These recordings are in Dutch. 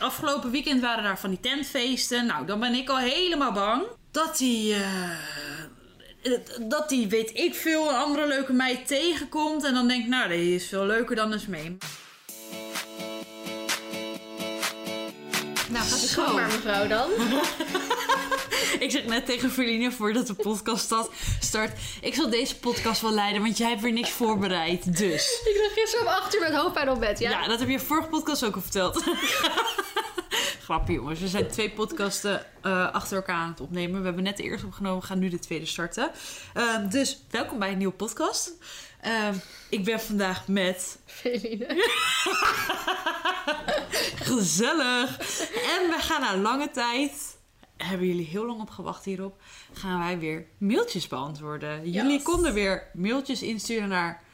afgelopen weekend waren daar van die tentfeesten. Nou, dan ben ik al helemaal bang dat die weet ik veel, een andere leuke meid tegenkomt. En dan denk ik, nou, die is veel leuker dan Esmee. Nou, gaat het maar, mevrouw, dan. Ik zeg net tegen Verline voordat de podcast start. Ik zal deze podcast wel leiden, want jij hebt weer niks voorbereid. Dus. Ik lag gisteren om 8 uur met hoofdpijn op bed, ja? Ja, dat heb je vorige podcast ook al verteld. Grapje, jongens. We zijn 2 podcasten achter elkaar aan het opnemen. We hebben net de eerste opgenomen. We gaan nu de tweede starten. Dus welkom bij een nieuwe podcast. Ik ben vandaag met... Verline. Gezellig. En we gaan na lange tijd... Hebben jullie heel lang op gewacht hierop? Gaan wij weer mailtjes beantwoorden. Yes. Jullie konden weer mailtjes insturen naar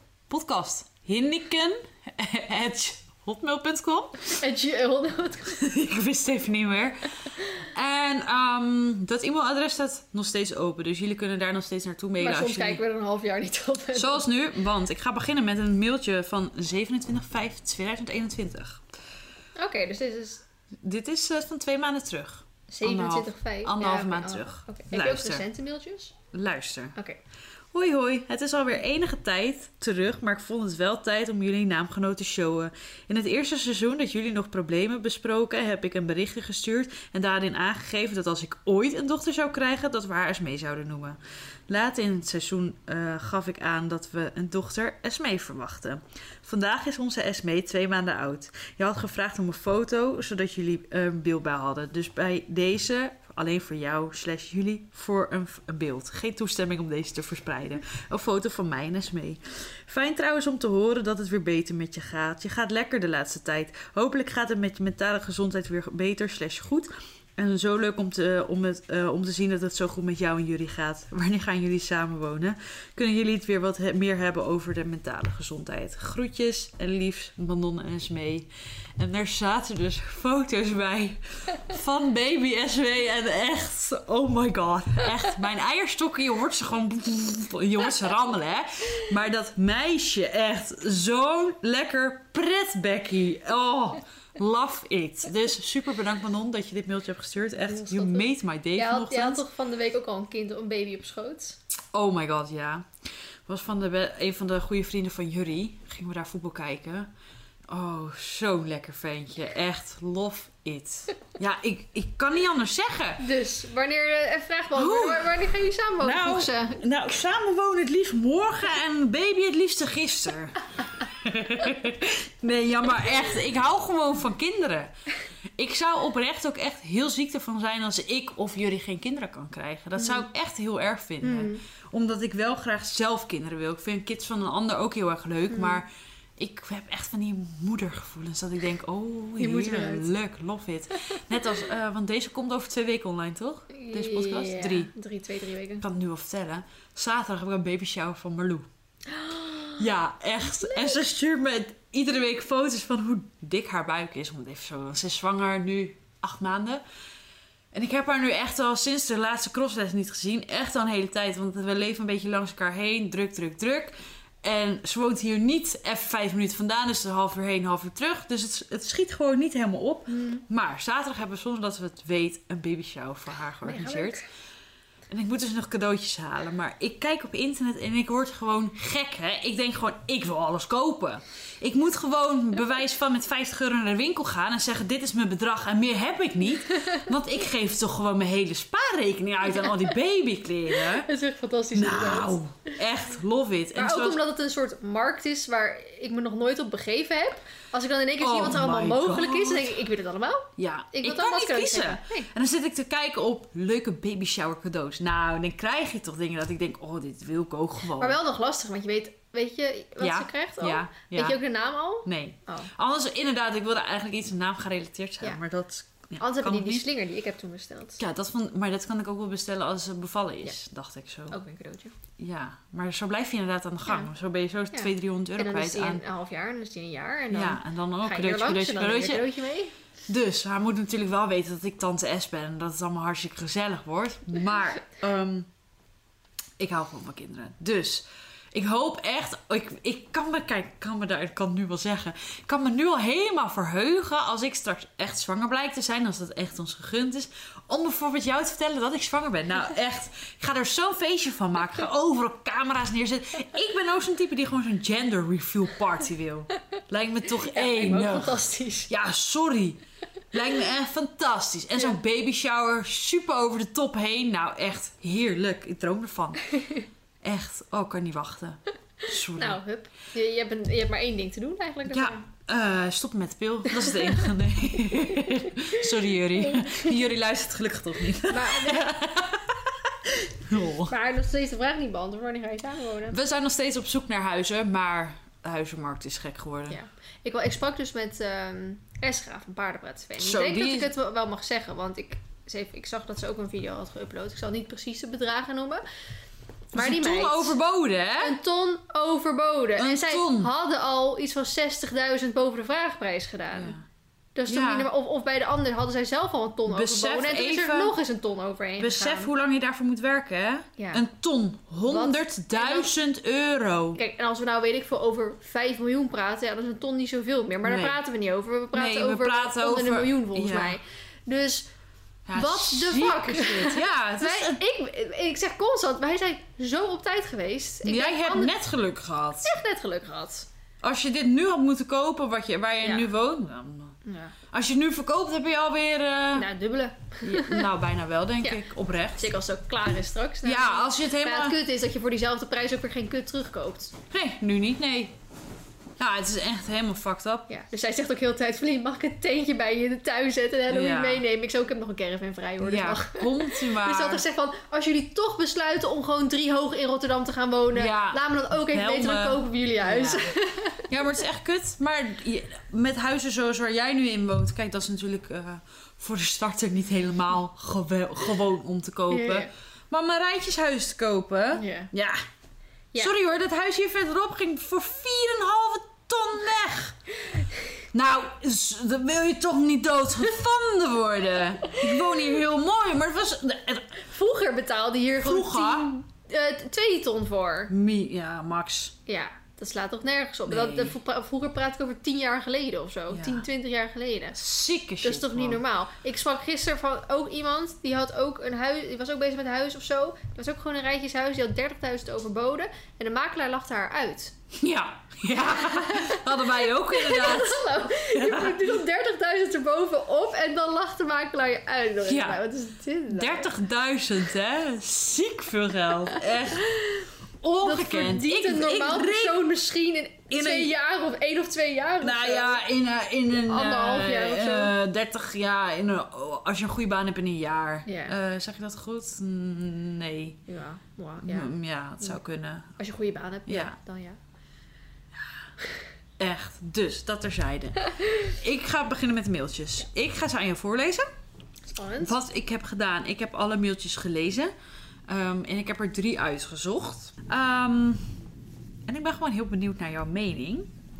podcasthinniken@hotmail.com. Ik wist het even niet meer. En dat e-mailadres staat nog steeds open. Dus jullie kunnen daar nog steeds naartoe mailen. Maar soms kijken we er een half jaar niet op. Zoals nu, want ik ga beginnen met een mailtje van 27/5/2021. Oké, dus Dit is van 2 maanden terug. 27,5. Anderhalve maand terug. Okay. Heb je ook recente mailtjes? Luister. Oké. Hoi hoi, het is alweer enige tijd terug, maar ik vond het wel tijd om jullie naamgenoot te showen. In het eerste seizoen dat jullie nog problemen besproken, heb ik een berichtje gestuurd en daarin aangegeven dat als ik ooit een dochter zou krijgen, dat we haar Esmee zouden noemen. Later in het seizoen gaf ik aan dat we een dochter Esmee verwachten. Vandaag is onze Esmee 2 maanden oud. Je had gevraagd om een foto, zodat jullie een beeld bij hadden. Dus bij deze... Alleen voor jou / jullie voor een beeld. Geen toestemming om deze te verspreiden. Een foto van mij en Esmee. Fijn trouwens om te horen dat het weer beter met je gaat. Je gaat lekker de laatste tijd. Hopelijk gaat het met je mentale gezondheid weer beter / goed. En zo leuk om te zien dat het zo goed met jou en jullie gaat. Wanneer gaan jullie samenwonen? Kunnen jullie het weer wat meer hebben over de mentale gezondheid? Groetjes en liefs, Manon en Esmee. En er zaten dus foto's bij van baby Esmee. En echt, oh my god. Echt, mijn eierstokken, je hoort ze gewoon... Je hoort ze rammelen, hè. Maar dat meisje, echt zo'n lekker pretbekkie. Oh... Love it. Dus super bedankt Manon dat je dit mailtje hebt gestuurd. Echt, you made my day vanochtend. Je had toch van de week ook al een baby op schoot? Oh my god, ja. Was van een van de goede vrienden van Jurrie. Gingen we daar voetbal kijken. Oh, zo'n lekker ventje. Echt, love it. Ja, ik kan niet anders zeggen. Dus, wanneer gaan jullie samenwonen? Nou, samenwonen het liefst morgen en baby het liefst gisteren. Nee, ja, maar echt. Ik hou gewoon van kinderen. Ik zou oprecht ook echt heel ziek ervan zijn als ik of jullie geen kinderen kan krijgen. Dat zou ik echt heel erg vinden. Omdat ik wel graag zelf kinderen wil. Ik vind kids van een ander ook heel erg leuk. Maar ik heb echt van die moedergevoelens. Dat ik denk, oh heerlijk, love it. Net als, want deze komt over 2 weken online, toch? Deze podcast? Ja, 3 weken. Ik kan het nu al vertellen. Zaterdag heb ik een baby shower van Marlou. Ja, echt. Leuk. En ze stuurt me iedere week foto's van hoe dik haar buik is. Om het even zo. Ze is zwanger nu 8 maanden. En ik heb haar nu echt al sinds de laatste crossles niet gezien. Echt al een hele tijd. Want we leven een beetje langs elkaar heen. Druk. En ze woont hier niet even 5 minuten vandaan. Dus een half uur heen, half uur terug. Dus het schiet gewoon niet helemaal op. Maar zaterdag hebben we, zonder dat we het weten, een baby shower voor haar georganiseerd. Nee, en ik moet dus nog cadeautjes halen. Maar ik kijk op internet en ik word gewoon gek, hè. Ik denk gewoon, ik wil alles kopen. Ik moet gewoon bewijs van met €50 naar de winkel gaan en zeggen, dit is mijn bedrag en meer heb ik niet. Want ik geef toch gewoon mijn hele spaarrekening uit aan al die babykleren. Dat is echt fantastisch. Nou, echt, love it. Maar ook omdat het een soort markt is waar ik me nog nooit op begeven heb. Als ik dan in één keer zie wat er allemaal mogelijk is, dan denk ik wil het allemaal. Ja, ik kan niet kiezen. Nee. En dan zit ik te kijken op leuke baby shower cadeaus. Nou, dan krijg je toch dingen dat ik denk, oh, dit wil ik ook gewoon. Maar wel nog lastig, want weet je wat ze krijgt al? Ja. Weet je ook de naam al? Nee. Oh. Anders, inderdaad, ik wilde eigenlijk iets naam gerelateerd zijn, maar dat... Ja, anders hebben die slinger die ik heb toen besteld. Ja, maar dat kan ik ook wel bestellen als het bevallen is, dacht ik zo. Ook een cadeautje. Ja, maar zo blijf je inderdaad aan de gang. Ja. Zo ben je zo €200-300 kwijt aan. En dan is die een half jaar en dan is die een jaar. En dan en dan ook cadeautje mee. Dus hij moet natuurlijk wel weten dat ik tante S ben en dat het allemaal hartstikke gezellig wordt. Maar ik hou gewoon van kinderen. Dus Ik hoop echt... Ik kan het nu wel zeggen. Ik kan me nu al helemaal verheugen als ik straks echt zwanger blijkt te zijn. Als dat echt ons gegund is. Om bijvoorbeeld jou te vertellen dat ik zwanger ben. Nou echt, ik ga er zo'n feestje van maken. Ik ga overal camera's neerzetten. Ik ben ook zo'n type die gewoon zo'n gender reveal party wil. Lijkt me toch enig. Fantastisch. Ja, sorry. Lijkt me echt fantastisch. En zo'n baby shower, super over de top heen. Nou, echt heerlijk. Ik droom ervan. Echt. Oh, ik kan niet wachten. Sorry. Nou, hup. Je hebt maar één ding te doen eigenlijk. Ja, stoppen met de pil. Dat is het enige. Nee. Sorry, Jury. Jury luistert gelukkig toch niet. Maar nog steeds de vraag niet beantwoord. Wanneer ga je samenwonen? We zijn nog steeds op zoek naar huizen, maar de huizenmarkt is gek geworden. Ja. Ik sprak dus met Esra van Paardenpraat. Ik denk dat ik het wel mag zeggen, want ik zag dat ze ook een video had geüpload. Ik zal niet precies de bedragen noemen. Maar die meid... Een ton overboden, hè? Een ton overboden. En zij hadden al iets van 60.000 boven de vraagprijs gedaan. Ja. Dat is toch niet, of bij de ander hadden zij zelf al een ton overboden. En toen is er nog eens een ton overheen gegaan. Hoe lang je daarvoor moet werken, hè? Ja. Een ton. 100.000 euro. Kijk, en als we nou, weet ik veel, over 5 miljoen praten... Ja, dan is een ton niet zoveel meer. Maar daar praten we niet over. We praten over 1 miljoen volgens mij. Dus... Ja, wat de fuck is dit? Ja, ik zeg constant, wij zijn zo op tijd geweest. Jij hebt net geluk gehad. Echt net geluk gehad. Als je dit nu had moeten kopen, waar je nu woont... Als je het nu verkoopt, heb je alweer... Nou, dubbele. Nou, bijna wel, denk ik. Oprecht. Zeker als het ook klaar is straks. Nou, als je het helemaal... Maar het kut is dat je voor diezelfde prijs ook weer geen kut terugkoopt. Nee, nu niet, nee. Nou, het is echt helemaal fucked up. Ja, dus zij zegt ook heel de tijd... Vlien, mag ik een tentje bij je in de tuin zetten en dan moet je meenemen? Ik heb nog een caravan vrij, hoor. Dus komt u maar. Dus dat zegt van... Als jullie toch besluiten om gewoon 3 hoog in Rotterdam te gaan wonen... laat me dan ook even weten, dan kopen we jullie huis. Ja, maar het is echt kut. Maar met huizen zoals waar jij nu in woont... Kijk, dat is natuurlijk voor de starter niet helemaal gewoon om te kopen. Maar om een rijtjeshuis te kopen... Ja. Sorry hoor, dat huis hier verderop ging voor 4,5 ton weg. Nou, dan wil je toch niet doodgevonden worden. Ik woon hier heel mooi, maar het was... Vroeger betaalde hier gewoon 2 ton voor. Ja, max. Ja, dat slaat toch nergens op. Nee. Vroeger praat ik over 10 jaar geleden of zo. 10, 20 jaar geleden. Zieke shit. Dat is toch niet normaal. Ik sprak gisteren van ook iemand, die had ook een huis, die was ook bezig met een huis of zo. Dat was ook gewoon een rijtjeshuis, die had 30.000 overboden. En de makelaar lachte haar uit. Ja. Hadden wij ook inderdaad. Hallo, je doet al 30.000 erbovenop en dan lacht de makelaar je uit. Ja. Wat is dit nou? 30.000, hè? Ziek veel geld. Echt ongekend. Dat een normaal persoon misschien in 2 jaar of 1 of 2 jaar. Nou ja, in een 1,5 jaar of zo. 30 jaar. Als je een goede baan hebt in een jaar. Zeg je dat goed? Nee. Ja, het zou kunnen. Als je een goede baan hebt, dan ja. Echt. Dus, dat terzijde. Ik ga beginnen met de mailtjes. Ik ga ze aan je voorlezen. Spannend. Wat ik heb gedaan. Ik heb alle mailtjes gelezen. En ik heb er 3 uitgezocht. En ik ben gewoon heel benieuwd naar jouw mening.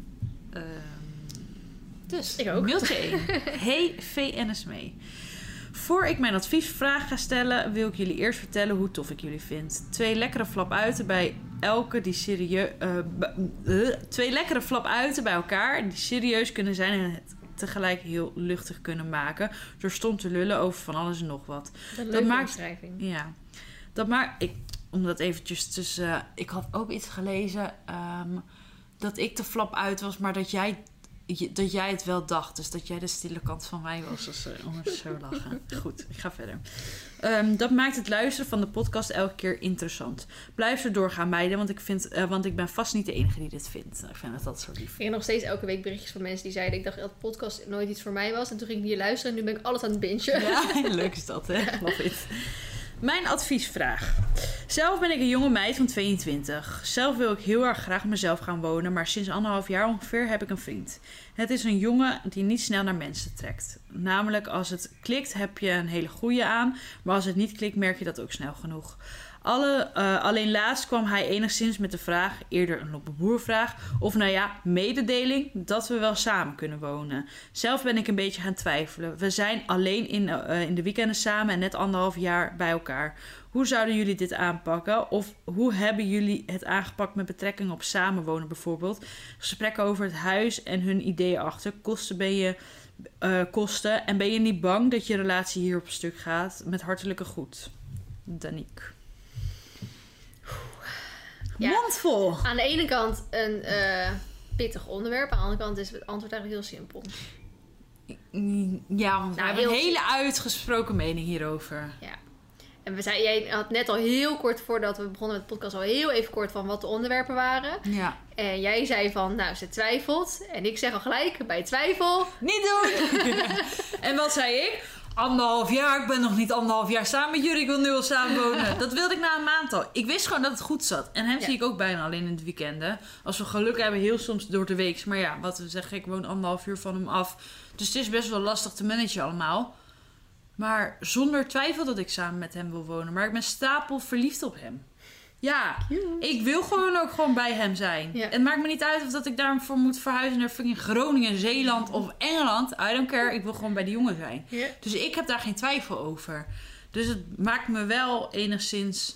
Dus, ik ook. Mailtje 1. Hey VNSME. Voor ik mijn adviesvraag ga stellen, wil ik jullie eerst vertellen hoe tof ik jullie vind. 2 lekkere flapuiten bij elke die serieus... 2 lekkere flapuiten bij elkaar die serieus kunnen zijn en het tegelijk heel luchtig kunnen maken. Door stom te lullen over van alles en nog wat. Dat maakt beschrijving. Ja. Dat maakt... Omdat eventjes tussen... ik had ook iets gelezen dat ik de flap uit was, maar dat jij het wel dacht. Dus dat jij de stille kant van mij was. Dus zo lachen. Goed, ik ga verder. Dat maakt het luisteren van de podcast elke keer interessant. Blijf er doorgaan, meiden, want ik ben vast niet de enige die dit vindt. Nou, ik vind dat zo lief. Ik kreeg nog steeds elke week berichtjes van mensen die zeiden... ik dacht dat de podcast nooit iets voor mij was. En toen ging ik hier luisteren en nu ben ik alles aan het bingen. Ja, leuk is dat, hè? Love it. Mijn adviesvraag. Zelf ben ik een jonge meid van 22. Zelf wil ik heel erg graag mezelf gaan wonen, maar sinds 1,5 jaar ongeveer heb ik een vriend. Het is een jongen die niet snel naar mensen trekt. Namelijk, als het klikt heb je een hele goeie aan, maar als het niet klikt merk je dat ook snel genoeg. Alleen laatst kwam hij enigszins met de vraag, eerder een loppeboervraag, of mededeling dat we wel samen kunnen wonen. Zelf ben ik een beetje gaan twijfelen. We zijn alleen in de weekenden samen en net 1,5 jaar bij elkaar. Hoe zouden jullie dit aanpakken? Of hoe hebben jullie het aangepakt met betrekking op samenwonen bijvoorbeeld? Gesprekken over het huis en hun ideeën achter. Kosten. En ben je niet bang dat je relatie hier op stuk gaat? Met hartelijke groet. Danique. Ja, mondvol. Aan de ene kant een pittig onderwerp. Aan de andere kant is het antwoord eigenlijk heel simpel. Ja, want we hebben een hele uitgesproken mening hierover. Ja. En jij had net al heel kort voordat we begonnen met de podcast al heel even kort van wat de onderwerpen waren. Ja. En jij zei van, ze twijfelt. En ik zeg al gelijk, bij twijfel... Niet doen! En wat zei ik? 1,5 jaar, ik ben nog niet 1,5 jaar samen met jullie, ik wil nu al samen wonen. Dat wilde ik na een maand al. Ik wist gewoon dat het goed zat. En hem zie ik ook bijna alleen in het weekenden. Als we geluk hebben, heel soms door de week. Maar ja, wat we zeggen, ik woon 1,5 uur van hem af. Dus het is best wel lastig te managen allemaal. Maar zonder twijfel dat ik samen met hem wil wonen. Maar ik ben stapel verliefd op hem. Ja, ik wil gewoon bij hem zijn. Ja. Het maakt me niet uit of dat ik daarvoor moet verhuizen naar fucking Groningen, Zeeland of Engeland. I don't care, ik wil gewoon bij die jongen zijn. Ja. Dus ik heb daar geen twijfel over. Dus het maakt me wel enigszins...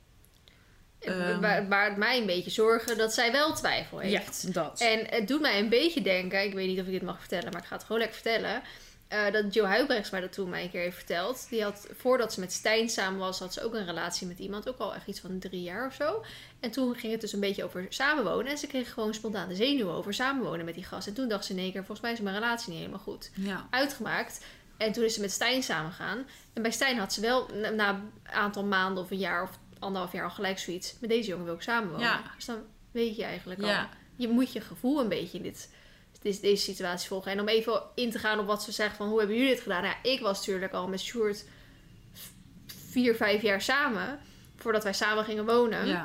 Waar het mij een beetje zorgen dat zij wel twijfel heeft. Ja, dat. En het doet mij een beetje denken, ik weet niet of ik dit mag vertellen, maar ik ga het gewoon lekker vertellen... dat Jo Huybrechts mij dat toen mij een keer heeft verteld. Die had, voordat ze met Stijn samen was, had ze ook een relatie met iemand. Ook al echt iets van 3 jaar of zo. En toen ging het dus een beetje over samenwonen. En ze kreeg gewoon spontaan de zenuwen over samenwonen met die gast. En toen dacht ze in één keer, volgens mij is mijn relatie niet helemaal goed uitgemaakt. En toen is ze met Stijn samengegaan. En bij Stijn had ze wel na een aantal maanden of een jaar of 1,5 jaar al gelijk zoiets. Met deze jongen wil ik samenwonen. Ja. Dus dan weet je eigenlijk al. Je moet je gevoel een beetje in deze situatie volgen. En om even in te gaan op wat ze zegt van hoe hebben jullie dit gedaan? Nou, ik was natuurlijk al met Sjoerd 4-5 jaar samen. Voordat wij samen gingen wonen. Ja.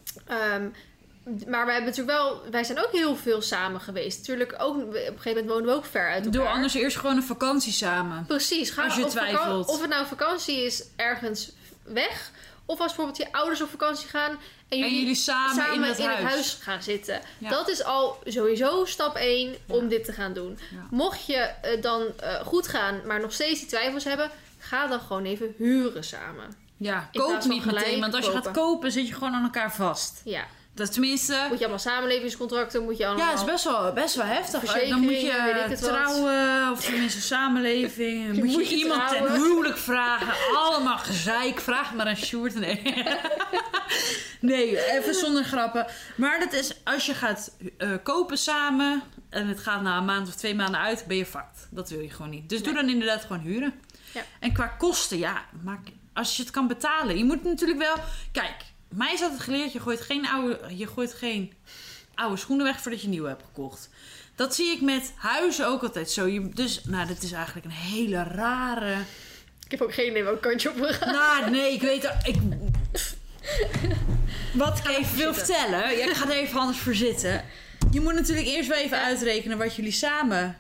Maar wij zijn ook heel veel samen geweest. Natuurlijk ook, op een gegeven moment wonen we ook ver uit elkaar. Doe anders eerst gewoon een vakantie samen. Precies. Als je twijfelt. Of het nou vakantie is ergens weg. Of als bijvoorbeeld je ouders op vakantie gaan. En jullie samen in het huis gaan zitten. Ja. Dat is al sowieso stap 1 om dit te gaan doen. Ja. Mocht je dan goed gaan, maar nog steeds die twijfels hebben, ga dan gewoon even huren samen. Ja, koop niet meteen. Want als je gaat kopen, zit je gewoon aan elkaar vast. Ja. Dat tenminste... Moet je allemaal samenlevingscontracten, moet je allemaal... Ja, het is best wel heftig. Dan moet je trouwen, of tenminste samenleving. Moet je iemand ten huwelijk vragen. Allemaal gezeik. Vraag maar aan Sjoerd. Nee, even zonder grappen. Maar dat is, als je gaat kopen samen en het gaat na een maand of 2 maanden uit, ben je fucked. Dat wil je gewoon niet. Dus doe dan inderdaad gewoon huren. Ja. En qua kosten, als je het kan betalen. Je moet natuurlijk wel... Kijk... Mij is altijd geleerd, je gooit geen oude schoenen weg voordat je nieuwe hebt gekocht. Dat zie ik met huizen ook altijd zo. Dat is eigenlijk een hele rare... Ik heb ook geen idee welk kantje op gegaan. Nee, ik weet het. Wat ik even wil vertellen. Ik ga er even anders voor zitten. Je moet natuurlijk eerst wel even uitrekenen wat jullie samen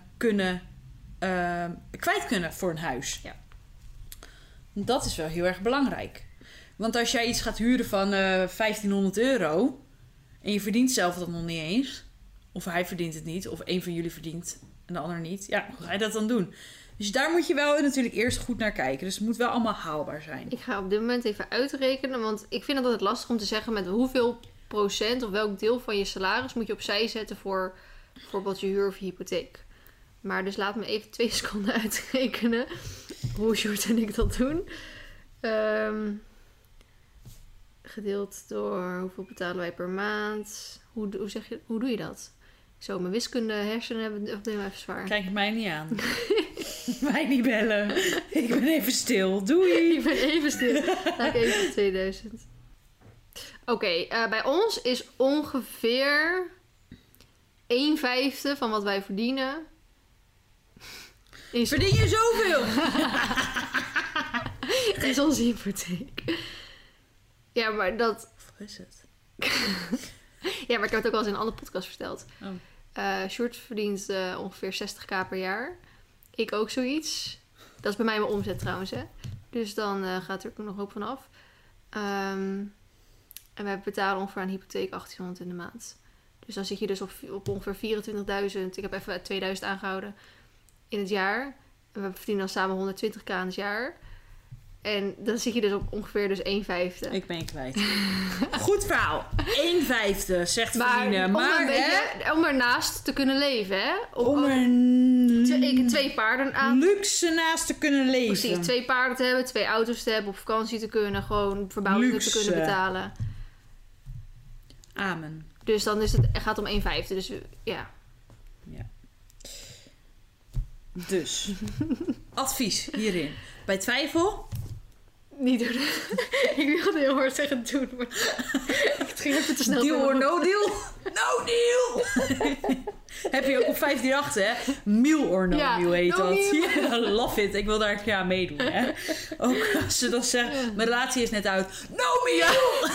kwijt kunnen voor een huis. Ja. Dat is wel heel erg belangrijk. Want als jij iets gaat huren van €1.500 en je verdient zelf dat nog niet eens, of hij verdient het niet, of een van jullie verdient en de ander niet, hoe ga je dat dan doen? Dus daar moet je wel natuurlijk eerst goed naar kijken. Dus het moet wel allemaal haalbaar zijn. Ik ga op dit moment even uitrekenen, want ik vind het altijd lastig om te zeggen met hoeveel procent of welk deel van je salaris moet je opzij zetten voor bijvoorbeeld je huur of je hypotheek. Maar dus laat me even 2 seconden uitrekenen hoe Sjoerd en ik dat doen. Gedeeld door hoeveel betalen wij per maand. Hoe doe je dat? Zo, mijn wiskunde hersenen hebben het even zwaar. Kijk mij niet aan. Mij niet bellen. Ik ben even stil. Doei. Ik ben even stil. Laat ik even 2000. Oké, bij ons is ongeveer 1/5 van wat wij verdienen. Verdien je zoveel? Het is onze hypotheek. Ja, maar dat... Wat is het? Ja, maar ik heb het ook al eens in een andere podcast verteld. Sjoerd verdient ongeveer 60.000 per jaar. Ik ook zoiets. Dat is bij mij mijn omzet trouwens, hè. Dus dan gaat er ook nog hoop van af. En wij betalen ongeveer een hypotheek 1800 in de maand. Dus dan zit je dus op ongeveer 24.000. Ik heb even 2000 aangehouden in het jaar. En we verdienen dan samen 120k in het jaar. En dan zit je dus op ongeveer dus 1/5. Ik ben je kwijt. Goed verhaal. 1/5, zegt Feline. Om ernaast te kunnen leven, hè? Om er 2 paarden aan. Luxe naast te kunnen leven. Precies, 2 paarden te hebben, 2 auto's te hebben, op vakantie te kunnen, gewoon verbouwingen te kunnen betalen. Amen. Dus dan gaat het om 1/5. Dus ja. Dus, advies hierin. Bij twijfel... Niet doen. Ik wilde heel hard zeggen doen, maar het ging even te snel. Deal or no deal? No deal! Heb je ook op 538, hè? Meal or no deal heet dat. Ja, love it. Ik wil daar een keer aan meedoen, hè? Ook als ze dan zeggen, mijn relatie is net uit. No meal!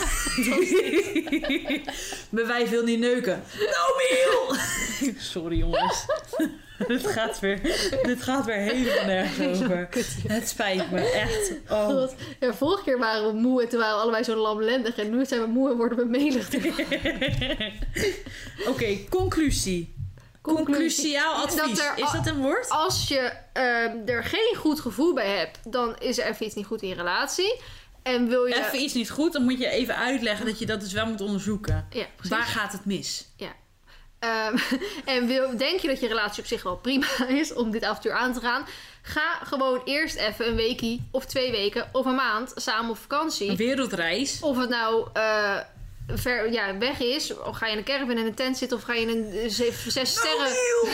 Mijn wijf wil niet neuken. No meal! Sorry, jongens. Dit gaat weer helemaal nergens over. Het spijt me, echt. Oh. Ja, vorige keer waren we moe en toen waren we allebei zo lamlendig. En nu zijn we moe en worden we melig. Oké, conclusie. Conclusiaal advies. Is dat een woord? Als je er geen goed gevoel bij hebt, dan is er even iets niet goed in je relatie. En wil je... Even iets niet goed, dan moet je even uitleggen dat je dat dus wel moet onderzoeken. Ja, precies. Waar gaat het mis? Ja. En denk je dat je relatie op zich wel prima is om dit avontuur aan te gaan? Ga gewoon eerst even een weekie of 2 weken of een maand samen op vakantie. Een wereldreis. Of het nou weg is, of ga je in een caravan in een tent zitten of ga je in een 6 sterren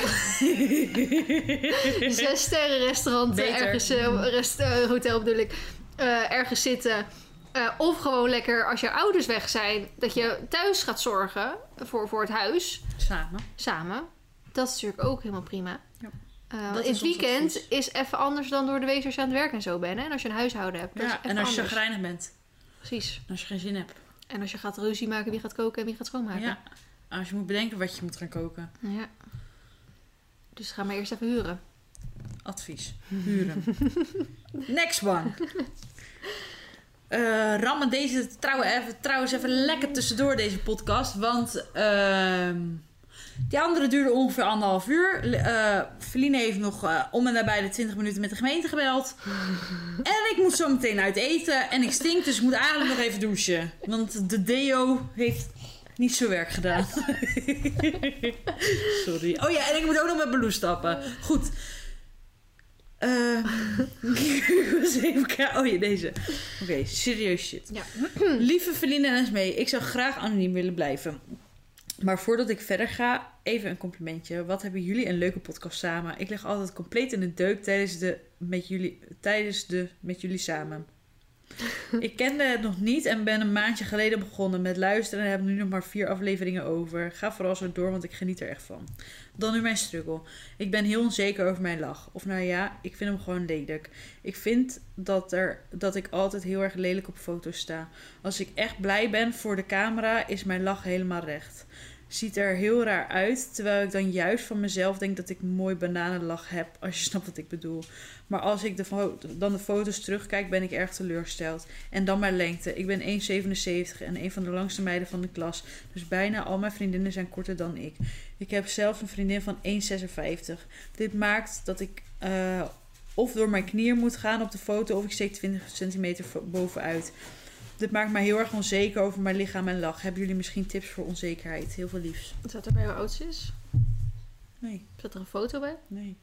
6 sterren restaurant ergens hotel bedoel ik ergens zitten. Of gewoon lekker als je ouders weg zijn, dat je thuis gaat zorgen voor het huis. Samen. Dat is natuurlijk ook helemaal prima. Ja. In het weekend is even anders dan door de week als je aan het werk en zo bent. Hè? En als je een huishouden hebt. Ja, en als je chagrijnig bent. Precies. En als je geen zin hebt. En als je gaat ruzie maken wie gaat koken en wie gaat schoonmaken. Ja. Als je moet bedenken wat je moet gaan koken. Ja. Dus ga maar eerst even huren. Advies. Huren. Next one. Rammen deze trouwens even lekker tussendoor deze podcast. Want die andere duurde ongeveer 1,5 uur. Feline heeft nog om en nabij de 20 minuten met de gemeente gebeld. En ik moet zo meteen uit eten. En ik stink, dus ik moet eigenlijk nog even douchen. Want de deo heeft niet zo werk gedaan. Sorry. Oh ja, en ik moet ook nog met Baloo stappen. Goed. Oh ja, deze. Oké, serieus shit. Ja. Lieve Feline en Esmee, ik zou graag anoniem willen blijven. Maar voordat ik verder ga, even een complimentje. Wat hebben jullie een leuke podcast samen. Ik lig altijd compleet in de deuk tijdens de met jullie samen. Ik kende het nog niet en ben een maandje geleden begonnen met luisteren en heb nu nog maar 4 afleveringen over. Ga vooral zo door, want ik geniet er echt van. Dan nu mijn struggle. Ik ben heel onzeker over mijn lach. Of nou ja, ik vind hem gewoon lelijk. Ik vind dat ik altijd heel erg lelijk op foto's sta. Als ik echt blij ben voor de camera, is mijn lach helemaal recht. Ziet er heel raar uit, terwijl ik dan juist van mezelf denk dat ik een mooi bananenlach heb, als je snapt wat ik bedoel. Maar als ik dan de foto's terugkijk, ben ik erg teleurgesteld. En dan mijn lengte. Ik ben 1,77 en een van de langste meiden van de klas. Dus bijna al mijn vriendinnen zijn korter dan ik. Ik heb zelfs een vriendin van 1,56. Dit maakt dat ik of door mijn knieën moet gaan op de foto, of ik steek 20 centimeter bovenuit. Dit maakt mij heel erg onzeker over mijn lichaam en lach. Hebben jullie misschien tips voor onzekerheid? Heel veel liefs. Zat er bij hoe oud ze is? Nee. Zat er een foto bij? Nee.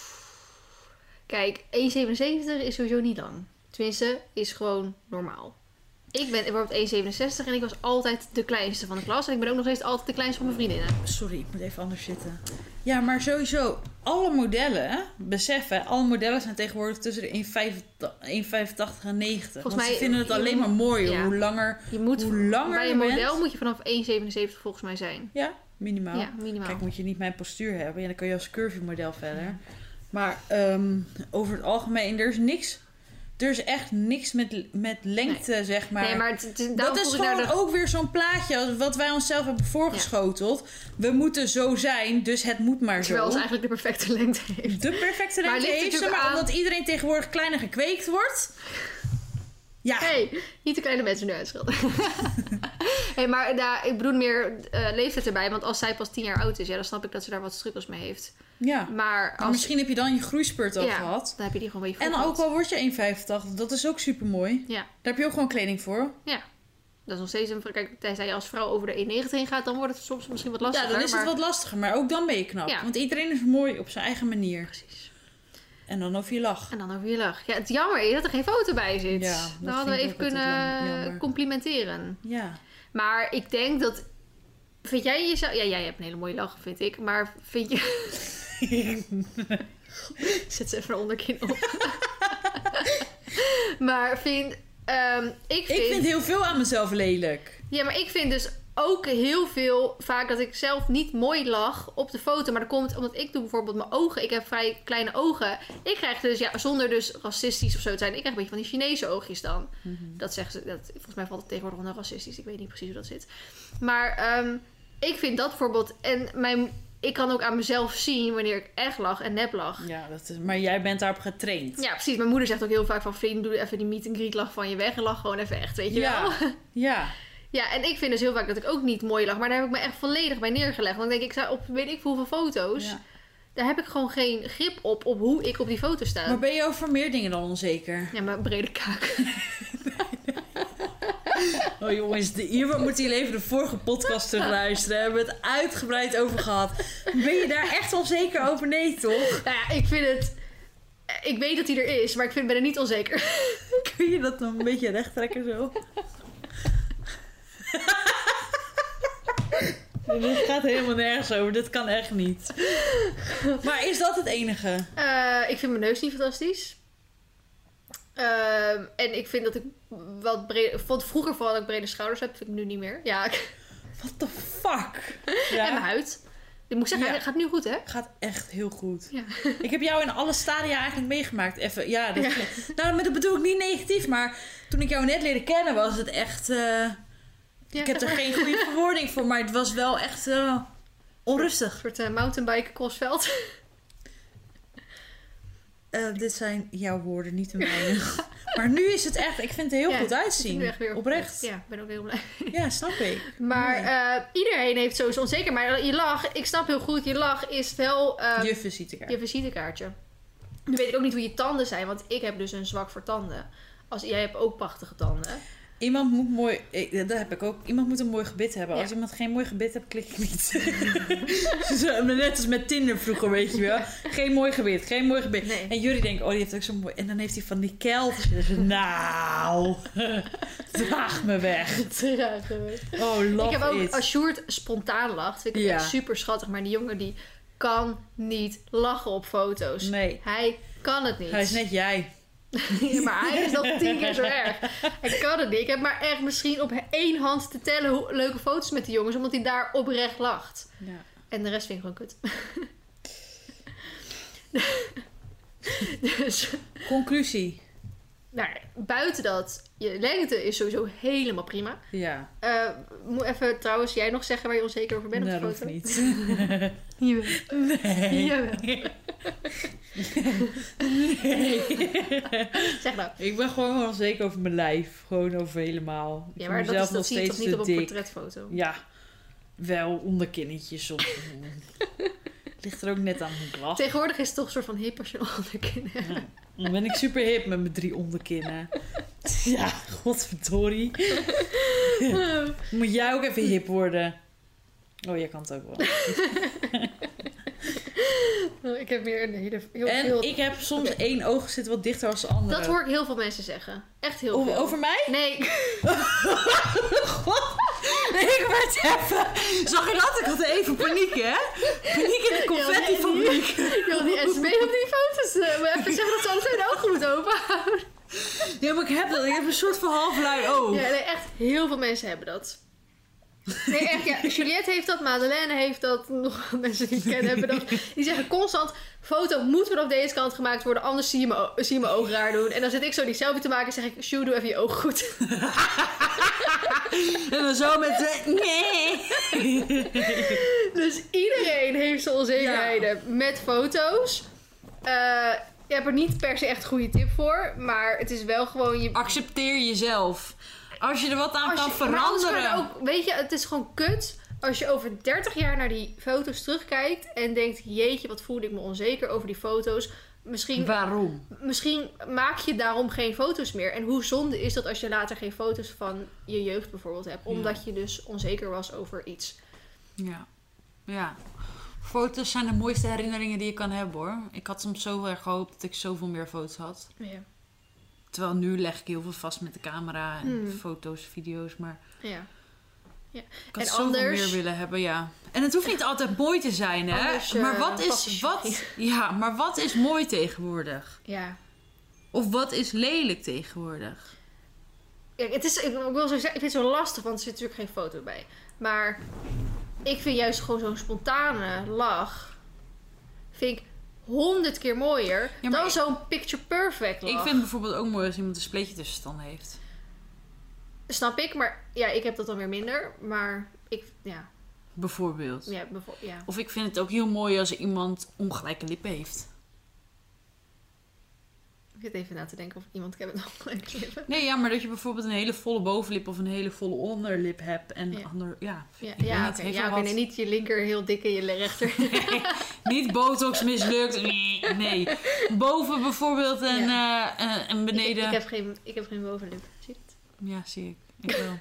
Kijk, 1,77 is sowieso niet lang. Tenminste, is gewoon normaal. Ik ben bijvoorbeeld 1,67 en ik was altijd de kleinste van de klas. En ik ben ook nog steeds altijd de kleinste van mijn vriendinnen. Sorry, ik moet even anders zitten. Ja, maar sowieso, alle modellen, beseffen, alle modellen zijn tegenwoordig tussen de 1,85 en 90. Volgens mij, ze vinden het alleen maar mooier. Ja. Hoe langer bij een model moet je vanaf 1,77 volgens mij zijn. Ja, minimaal. Ja, minimaal. Kijk, moet je niet mijn postuur hebben. Ja, dan kan je als curvy model verder. Ja. Maar over het algemeen, er is niks. Er is echt niks met lengte, zeg maar. Nee, maar dat is gewoon ook weer zo'n plaatje wat wij onszelf hebben voorgeschoteld. Ja. We moeten zo zijn, dus het moet maar zo. Terwijl ze eigenlijk de perfecte lengte heeft. De perfecte lengte heeft ze, maar omdat iedereen tegenwoordig kleiner gekweekt wordt. Ja. Hey, niet de kleine mensen nu uitschelden. Hey, maar ik bedoel meer leeftijd erbij. Want als zij pas 10 jaar oud is, ja, dan snap ik dat ze daar wat struggles mee heeft. Ja. Maar misschien heb je dan je groeispurt al gehad. Dan heb je die gewoon weer En ook al word je 1,85, dat is ook super mooi. Ja. Daar heb je ook gewoon kleding voor. Ja. Dat is nog steeds een... Kijk, tenzij je als vrouw over de 1,90 heen gaat, dan wordt het soms misschien wat lastiger. Ja, dan is het wat lastiger. Maar ook dan ben je knap. Ja. Want iedereen is mooi op zijn eigen manier. Precies. En dan over je lach. Ja, het jammer is dat er geen foto bij zit. Ja, dan hadden we even kunnen complimenteren. Ja. Maar ik denk dat... Vind jij jezelf... Ja, jij hebt een hele mooie lach, vind ik. Maar vind je... Zet ze even een onderkin op. Maar ik vind heel veel aan mezelf lelijk. Ja, maar ik vind dus ook heel veel vaak dat ik zelf niet mooi lach op de foto. Maar dat komt omdat ik doe bijvoorbeeld mijn ogen. Ik heb vrij kleine ogen. Ik krijg dus, zonder dus racistisch of zo te zijn. Ik krijg een beetje van die Chinese oogjes dan. Mm-hmm. Dat zeggen ze. Volgens mij valt het tegenwoordig onder racistisch. Ik weet niet precies hoe dat zit. Maar ik vind dat bijvoorbeeld... Ik kan ook aan mezelf zien wanneer ik echt lach en nep lach. Ja, maar jij bent daarop getraind. Ja, precies. Mijn moeder zegt ook heel vaak van... Vrienden, doe even die meet and greet lach van je weg. En lach gewoon even echt, weet je wel. Ja. Ja, en ik vind dus heel vaak dat ik ook niet mooi lach. Maar daar heb ik me echt volledig bij neergelegd. Want dan denk ik, op weet ik hoeveel foto's... Ja. Daar heb ik gewoon geen grip op hoe ik op die foto sta. Maar ben je over meer dingen dan onzeker? Ja, maar brede kaak. Oh jongens, hier moeten jullie even de vorige podcast terugluisteren. Daar hebben we het uitgebreid over gehad. Ben je daar echt onzeker over? Nee, toch? Nou ja, ik vind het... Ik weet dat hij er is, maar ik ben er niet onzeker. Kun je dat dan een beetje recht trekken zo? Dit gaat helemaal nergens over. Dit kan echt niet. Maar is dat het enige? Ik vind mijn neus niet fantastisch. En ik vind dat ik wat brede... Vond vroeger vooral dat ik brede schouders heb. Vind ik nu niet meer. Ja. What the fuck? Ja. En mijn huid. Ik moet zeggen, het gaat nu goed, hè? Gaat echt heel goed. Ja. Ik heb jou in alle stadia eigenlijk meegemaakt. Even, Nou, dat bedoel ik niet negatief. Maar toen ik jou net leerde kennen was het echt... Ik heb er geen goede verwoording voor. Maar het was wel echt onrustig. Een soort mountainbike crossveld. Dit zijn jouw woorden, niet de mijne. Maar nu is het echt... Ik vind het heel goed uitzien. Echt weer oprecht. Ja, ik ben ook heel blij. Ja, snap ik. Maar iedereen heeft sowieso onzeker. Maar je lach, ik snap heel goed, je lach is wel... je visitekaart. Je visitekaartje. Nu weet ik ook niet hoe je tanden zijn. Want ik heb dus een zwak voor tanden. Jij hebt ook prachtige tanden. Iemand moet mooi... Dat heb ik ook. Iemand moet een mooi gebit hebben. Als iemand geen mooi gebit hebt, klik ik niet. Net als met Tinder vroeger, weet je wel. Geen mooi gebit, geen mooi gebit. Nee. En jullie denken, die heeft ook zo mooi... En dan heeft hij van die keltjes. Nou, draag me weg. Oh, love Ik heb ook, it. als Sjoerd spontaan lacht, vind ik het echt super schattig. Maar die jongen die kan niet lachen op foto's. Nee. Hij kan het niet. Hij is net jij. Ja, maar hij is nog 10 keer zo erg. Hij kan het niet. Ik heb maar echt misschien op 1 hand te tellen hoe leuke foto's met die jongens. Omdat hij daar oprecht lacht. Ja. En de rest vind ik gewoon kut. Dus... Conclusie. Nou, buiten dat, je lengte is sowieso helemaal prima. Ja. Moet even trouwens jij nog zeggen waar je onzeker over bent op de foto? Dat hoeft niet. Jawel. Nee. Jawel. Nee. Zeg nou. Ik ben gewoon onzeker over mijn lijf. Gewoon over helemaal. Ja, maar dat zie je toch niet op een portretfoto? Ja. Wel onderkinnetjes op. Ligt er ook net aan hoe ik lach. Tegenwoordig is het toch een soort van hip als je een onderkin hebt. Ja. Dan ben ik super hip met mijn 3 onderkinnen. Ja, godverdorie. Moet jij ook even hip worden? Oh, jij kan het ook wel. Ik heb weer een hele... Ik heb soms 1 oog zit wat dichter als de andere. Dat hoor ik heel veel mensen zeggen. Echt heel veel. Over mij? Nee. God. Nee, ik werd even... Zag je dat? Ik had even paniek, hè? Paniek in de confetti-fabriek. Joh, die SB op die foto's. Maar even zeggen dat ze alle 2 de ogen moeten openhouden. Ja, maar ik heb dat. Ik heb een soort van half lui oog. Ja, nee, echt heel veel mensen hebben dat. Nee, echt, ja. Juliette heeft dat, Madeleine heeft dat, nog mensen die ik ken hebben dat. Die zeggen constant, foto moet weer op deze kant gemaakt worden, anders zie je mijn oog raar doen. En dan zit ik zo die selfie te maken en zeg ik, Sjoe, doe even je oog goed. En dan zo met nee. Dus iedereen heeft zijn onzekerheden met foto's. Je hebt er niet per se echt een goede tip voor. Maar het is wel gewoon... Accepteer jezelf. Als je er wat aan kan veranderen. Ook, weet je, het is gewoon kut als je over 30 jaar naar die foto's terugkijkt en denkt, jeetje, wat voelde ik me onzeker over die foto's. Waarom? Misschien maak je daarom geen foto's meer. En hoe zonde is dat als je later geen foto's van je jeugd bijvoorbeeld hebt. Omdat je dus onzeker was over iets. Ja. Foto's zijn de mooiste herinneringen die je kan hebben, hoor. Ik had soms zo erg gehoopt dat ik zoveel meer foto's had. Ja. Terwijl nu leg ik heel veel vast met de camera en foto's, video's, maar... Ja. Ik had zoveel meer willen hebben, ja. En het hoeft niet altijd mooi te zijn, hè. Anders, maar wat is mooi tegenwoordig? Ja. Of wat is lelijk tegenwoordig? Ja, ik wil zo zeggen, ik vind het zo lastig, want er zit natuurlijk geen foto bij. Maar ik vind juist gewoon zo'n spontane lach... vind ik 100 keer mooier dan zo'n picture perfect lach. Ik vind bijvoorbeeld ook mooi als iemand een spleetje tussen tanden heeft. Snap ik, maar ja, ik heb dat dan weer minder. Maar Bijvoorbeeld. Ja. Of ik vind het ook heel mooi als iemand ongelijke lippen heeft. Ik zit even na te denken of iemand met ongelijke lippen. Nee, ja, maar dat je bijvoorbeeld een hele volle bovenlip of een hele volle onderlip hebt. En niet je linker heel dik en je rechter. Nee, niet botox mislukt. Nee. Boven bijvoorbeeld en beneden. Ik heb geen bovenlip. Zie je het? Ja, zie ik. Ik wel.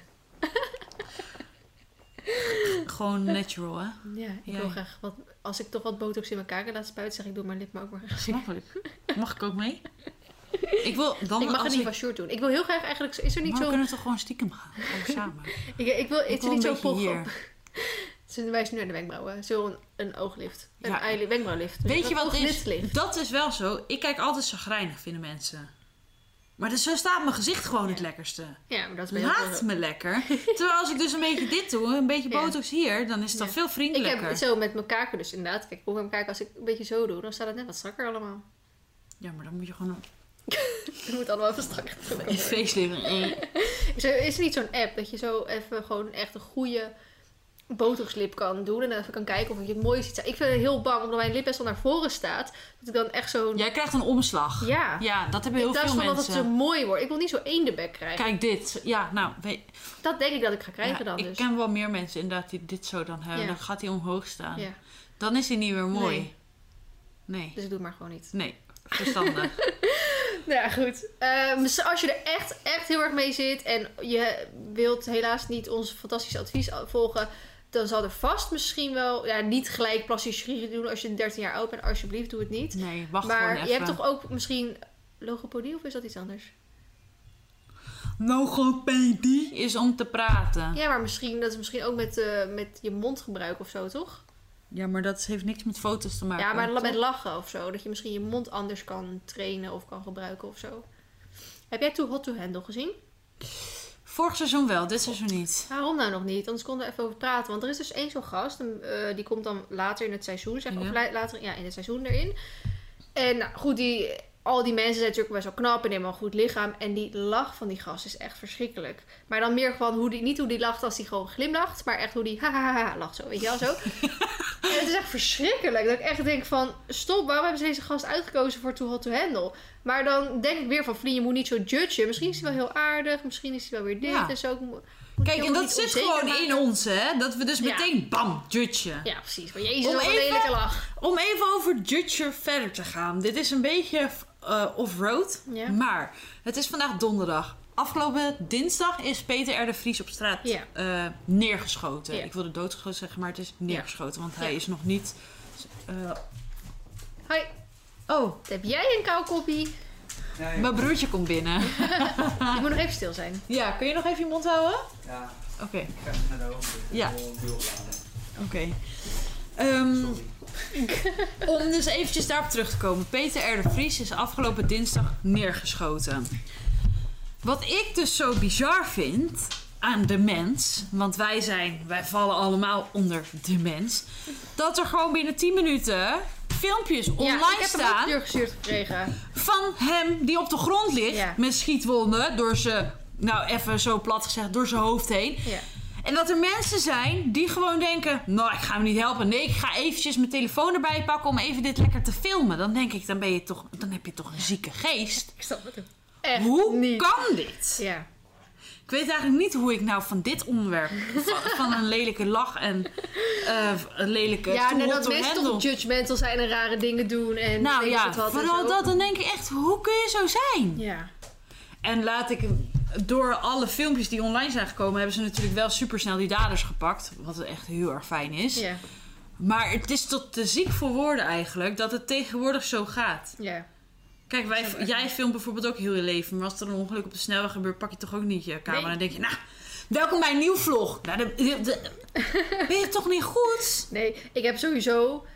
Gewoon natural, hè? Ja, ik wil graag wat... Als ik toch wat botox in mijn kaken laat spuiten, zeg ik, doe mijn lip maar ook maar graag. Snap ik. Mag ik ook mee? Ik mag het niet van short doen. Ik wil heel graag eigenlijk... Is er niet maar zo... we kunnen toch gewoon stiekem gaan? Samen. Ik wil het is niet zo hier. Ze wijst nu naar de wenkbrauwen. Zo een ooglift. Een wenkbrauwlift. Weet je wat is? Dat is wel zo. Ik kijk altijd chagrijnig, vinden mensen. Maar zo staat mijn gezicht gewoon het lekkerste. Ja, maar dat is laat me lekker. Terwijl als ik dus een beetje dit doe, een beetje botox hier, dan is het al veel vriendelijker. Ik heb het zo met mijn kaken dus inderdaad. Kijk, met mijn kaken, als ik een beetje zo doe, dan staat het net wat strakker allemaal. Ja, maar dan moet je gewoon... Het moet allemaal even strakker doen. Je facelift. Is er niet zo'n app dat je zo even gewoon echt een goede botoxlip kan doen en dan even kan kijken of je het mooi ziet. Ik vind het heel bang, omdat mijn lip best wel naar voren staat, dat ik dan echt zo'n... Jij krijgt een omslag. Ja, dat hebben heel veel mensen. Dat het zo mooi wordt. Ik wil niet zo eendebek krijgen. Kijk dit. Ja, nou... Dat denk ik dat ik ga krijgen dan dus. Ik ken wel meer mensen inderdaad die dit zo dan hebben. Dan gaat hij omhoog staan. Ja. Dan is hij niet meer mooi. Nee. Dus ik doe het maar gewoon niet. Nee, verstandig. Ja, goed. Als je er echt heel erg mee zit en je wilt helaas niet ons fantastische advies volgen, dan zal er vast misschien wel... Ja, niet gelijk plastische chirurgie doen als je 13 jaar oud bent. Alsjeblieft, doe het niet. Nee, wacht maar gewoon even. Je hebt toch ook misschien logopedie of is dat iets anders? Logopedie is om te praten. Ja, maar dat is misschien ook met je mondgebruik of zo, toch? Ja, maar dat heeft niks met foto's te maken. Ja, maar met lachen of zo. Dat je misschien je mond anders kan trainen of kan gebruiken of zo. Heb jij Too Hot to Handle gezien? Vorig seizoen wel, dit seizoen niet. Waarom nou nog niet? Anders konden we even over praten. Want er is dus één zo'n gast. Die komt dan later in het seizoen. Of later in het seizoen erin. En nou, goed, al die mensen zijn natuurlijk best wel knap en helemaal een goed lichaam. En die lach van die gast is echt verschrikkelijk. Maar dan meer van niet hoe die lacht als hij gewoon glimlacht. Maar echt hoe die ha lacht zo. Weet je wel zo? En het is echt verschrikkelijk. Dat ik echt denk van, stop, waarom hebben ze deze gast uitgekozen voor Too Hot to Handle? Maar dan denk ik weer van, Vlien, je moet niet zo judgen. Misschien is hij wel heel aardig. Misschien is hij wel weer dit. Ja. En zo. Kijk, en dat zit gewoon in ons, hè? Dat we dus meteen, bam, judgen. Ja, precies. Maar jezus, wat een lelijke lach. Om even over judgen verder te gaan. Dit is een beetje off-road. Ja. Maar het is vandaag donderdag. Afgelopen dinsdag is Peter R. de Vries op straat neergeschoten. Ja. Ik wilde doodgeschoten zeggen, maar het is neergeschoten. Want hij is nog niet... Hoi. Oh. Heb jij een kauwkoppie? Nee. Mijn broertje komt binnen. Ik moet nog even stil zijn. Ja, kun je nog even je mond houden? Ja. Oké. Ik ga even naar de hoofd. Ja. Oké. Om dus eventjes daarop terug te komen. Peter R. de Vries is afgelopen dinsdag neergeschoten. Wat ik dus zo bizar vind aan de mens, want wij vallen allemaal onder de mens, dat er gewoon binnen 10 minuten filmpjes online staan. Ik heb hem gestuurd gekregen. Van hem die op de grond ligt met schietwonden door ze, nou even zo plat gezegd, door zijn hoofd heen. Ja. En dat er mensen zijn die gewoon denken... Nou, ik ga hem niet helpen. Nee, ik ga eventjes mijn telefoon erbij pakken om even dit lekker te filmen. Dan denk ik, dan heb je toch een zieke geest. Ik snap het echt Hoe niet. kan dit? Ja. Ik weet eigenlijk niet hoe ik nou van dit onderwerp... van een lelijke lach en een lelijke... Ja, en dat mensen toch judgmental zijn en rare dingen doen. En nou ja, wat vooral dat. Dan denk ik echt, hoe kun je zo zijn? Ja. En laat ik... Door alle filmpjes die online zijn gekomen... hebben ze natuurlijk wel supersnel die daders gepakt. Wat echt heel erg fijn is. Ja. Maar het is tot te ziek voor woorden eigenlijk... dat het tegenwoordig zo gaat. Ja. Kijk, jij filmt bijvoorbeeld ook heel je leven. Maar als er een ongeluk op de snelweg gebeurt... pak je toch ook niet je camera. En dan denk je, nou, welkom bij een nieuw vlog. Nou, ben je toch niet goed? Nee, ik heb sowieso...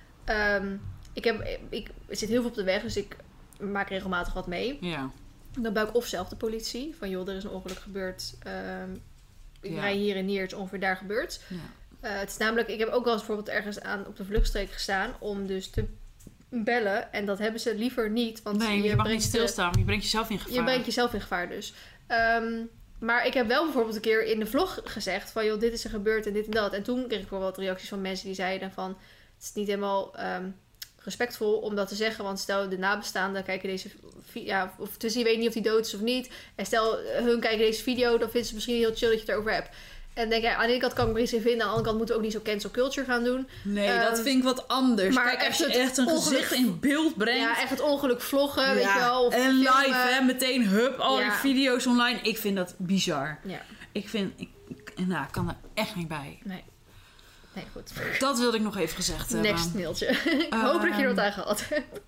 ik zit heel veel op de weg, dus ik maak regelmatig wat mee. Ja. Dan bel ik of zelf de politie. Van joh, er is een ongeluk gebeurd. Ik rij hier en hier, het is ongeveer daar gebeurd. Ja. Het is namelijk, ik heb ook wel eens bijvoorbeeld ergens op de vluchtstreek gestaan om dus te bellen. En dat hebben ze liever niet. Want nee, je mag niet stilstaan, je brengt jezelf in gevaar. Je brengt jezelf in gevaar dus. Maar ik heb wel bijvoorbeeld een keer in de vlog gezegd van joh, dit is er gebeurd en dit en dat. En toen kreeg ik wel wat reacties van mensen die zeiden van het is niet helemaal respectvol om dat te zeggen. Want stel de nabestaanden kijken deze of dus je weet niet of die dood is of niet. En stel hun kijken deze video, dan vinden ze misschien heel chill dat je het erover hebt. En denk ik, aan de ene kant kan ik me iets in vinden. Aan de andere kant moeten we ook niet zo cancel culture gaan doen. Nee, dat vind ik wat anders. Maar kijk, als je echt een gezicht in beeld brengt. Ja, echt het ongeluk vloggen, weet je wel. Of en filmen. live, hè. Meteen, al die video's online. Ik vind dat bizar. Ja. Ik kan er echt niet bij. Nee, goed. Dat wilde ik nog even gezegd hebben. Next mailtje. Ik hoop dat je er wat aan gehad hebt.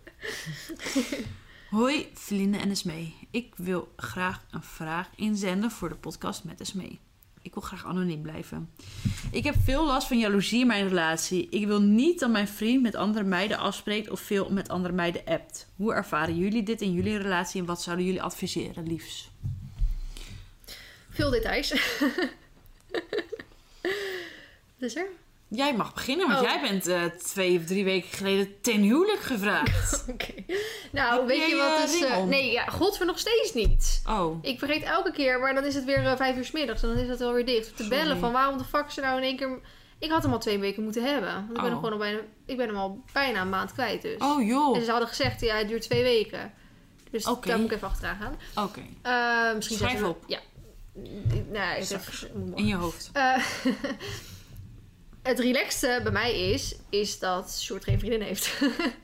Hoi, Feline en Esmee. Ik wil graag een vraag inzenden voor de podcast met Esmee. Ik wil graag anoniem blijven. Ik heb veel last van jaloezie in mijn relatie. Ik wil niet dat mijn vriend met andere meiden afspreekt of veel met andere meiden appt. Hoe ervaren jullie dit in jullie relatie en wat zouden jullie adviseren, liefst? Veel details. Dus er? Jij mag beginnen, want jij bent 2 of 3 weken geleden ten huwelijk gevraagd. Oké. Nou, weet je wat is... nee, ja, godver nog steeds niet. Oh. Ik vergeet elke keer, maar dan is het weer 5 uur 's middags en dan is het wel weer dicht. Te bellen van waarom de fuck ze nou in één keer... Ik had hem al 2 weken moeten hebben. Want ik ben hem gewoon ik ben hem al bijna een maand kwijt dus. Oh joh. En ze hadden gezegd, ja, het duurt 2 weken. Dus daar moet ik even achteraan gaan. Oké. Misschien schrijf op. Ja. Nou, in je hoofd. Het relaxte bij mij is dat Sjoerd geen vriendin heeft.